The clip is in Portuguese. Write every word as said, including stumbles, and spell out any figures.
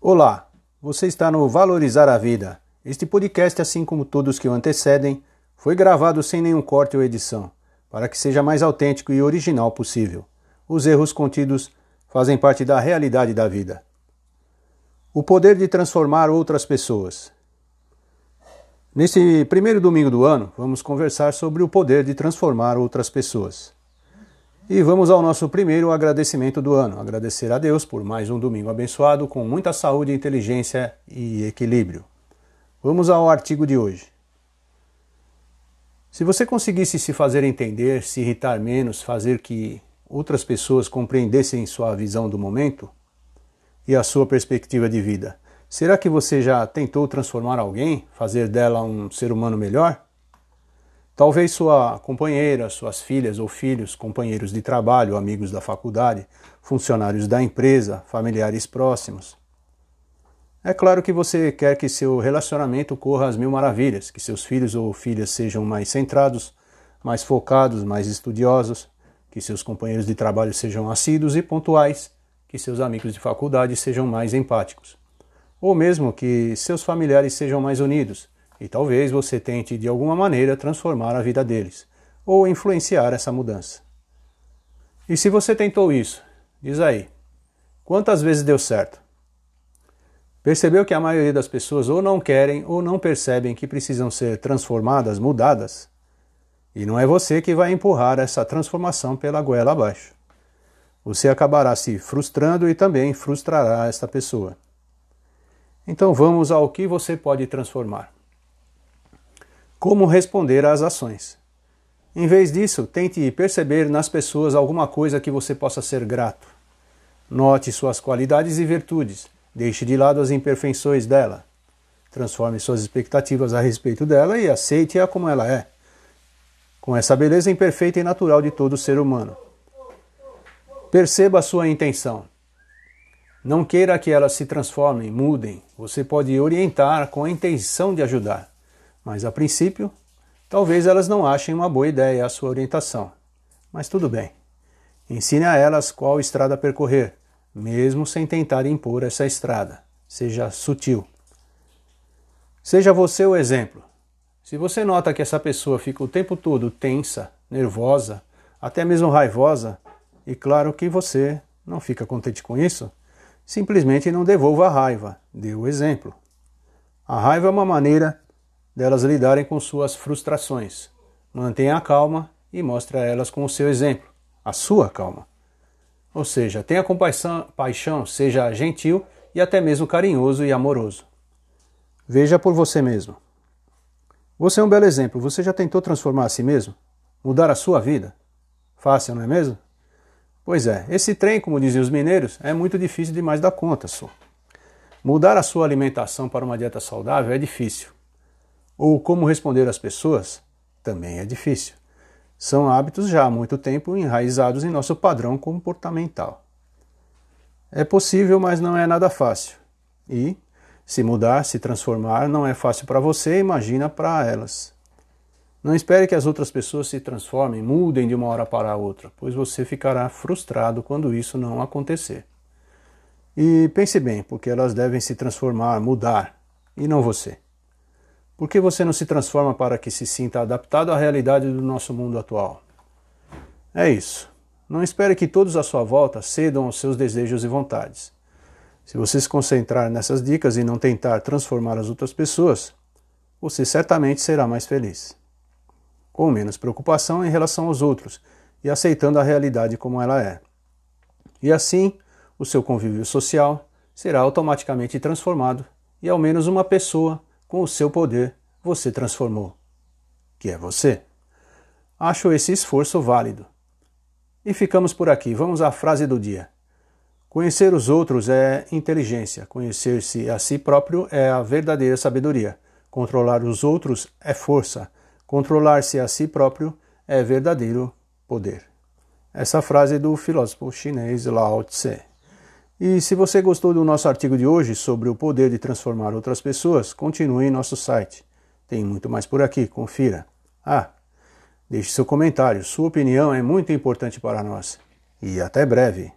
Olá, você está no Valorizar a Vida. Este podcast, assim como todos que o antecedem, foi gravado sem nenhum corte ou edição, para que seja mais autêntico e original possível. Os erros contidos fazem parte da realidade da vida. O poder de transformar outras pessoas. Neste primeiro domingo do ano, vamos conversar sobre o poder de transformar outras pessoas. E vamos ao nosso primeiro agradecimento do ano. Agradecer a Deus por mais um domingo abençoado, com muita saúde, inteligência e equilíbrio. Vamos ao artigo de hoje. Se você conseguisse se fazer entender, se irritar menos, fazer que outras pessoas compreendessem sua visão do momento e a sua perspectiva de vida, será que você já tentou transformar alguém, fazer dela um ser humano melhor? Talvez sua companheira, suas filhas ou filhos, companheiros de trabalho, amigos da faculdade, funcionários da empresa, familiares próximos. É claro que você quer que seu relacionamento corra às mil maravilhas, que seus filhos ou filhas sejam mais centrados, mais focados, mais estudiosos, que seus companheiros de trabalho sejam assíduos e pontuais, que seus amigos de faculdade sejam mais empáticos. Ou mesmo que seus familiares sejam mais unidos. E talvez você tente de alguma maneira transformar a vida deles, ou influenciar essa mudança. E se você tentou isso, diz aí, quantas vezes deu certo? Percebeu que a maioria das pessoas ou não querem ou não percebem que precisam ser transformadas, mudadas? E não é você que vai empurrar essa transformação pela goela abaixo. Você acabará se frustrando e também frustrará esta pessoa. Então vamos ao que você pode transformar. Como responder às ações. Em vez disso, tente perceber nas pessoas alguma coisa que você possa ser grato. Note suas qualidades e virtudes. Deixe de lado as imperfeições dela. Transforme suas expectativas a respeito dela e aceite-a como ela é, com essa beleza imperfeita e natural de todo ser humano. Perceba a sua intenção. Não queira que elas se transformem, mudem. Você pode orientar com a intenção de ajudar. Mas, a princípio, talvez elas não achem uma boa ideia a sua orientação. Mas tudo bem. Ensine a elas qual estrada percorrer, mesmo sem tentar impor essa estrada. Seja sutil. Seja você o exemplo. Se você nota que essa pessoa fica o tempo todo tensa, nervosa, até mesmo raivosa, e claro que você não fica contente com isso, simplesmente não devolva a raiva. Dê o exemplo. A raiva é uma maneira delas lidarem com suas frustrações. Mantenha a calma e mostre a elas com o seu exemplo, a sua calma. Ou seja, tenha compaixão, paixão, seja gentil e até mesmo carinhoso e amoroso. Veja por você mesmo. Você é um belo exemplo. Você já tentou transformar a si mesmo? Mudar a sua vida? Fácil, não é mesmo? Pois é, esse trem, como diziam os mineiros, é muito difícil demais da conta, só. Mudar a sua alimentação para uma dieta saudável é difícil. Ou como responder às pessoas, também é difícil. São hábitos já há muito tempo enraizados em nosso padrão comportamental. É possível, mas não é nada fácil. E, se mudar, se transformar, não é fácil para você, imagina para elas. Não espere que as outras pessoas se transformem, mudem de uma hora para a outra, pois você ficará frustrado quando isso não acontecer. E pense bem, porque elas devem se transformar, mudar, e não você. Por que você não se transforma para que se sinta adaptado à realidade do nosso mundo atual? É isso. Não espere que todos à sua volta cedam aos seus desejos e vontades. Se você se concentrar nessas dicas e não tentar transformar as outras pessoas, você certamente será mais feliz. Com menos preocupação em relação aos outros e aceitando a realidade como ela é. E assim, o seu convívio social será automaticamente transformado e ao menos uma pessoa com o seu poder, você transformou, que é você. Acho esse esforço válido. E ficamos por aqui. Vamos à frase do dia. Conhecer os outros é inteligência. Conhecer-se a si próprio é a verdadeira sabedoria. Controlar os outros é força. Controlar-se a si próprio é verdadeiro poder. Essa frase é do filósofo chinês Lao Tse. E se você gostou do nosso artigo de hoje sobre o poder de transformar outras pessoas, continue em nosso site. Tem muito mais por aqui, confira. Ah, deixe seu comentário, sua opinião é muito importante para nós. E até breve!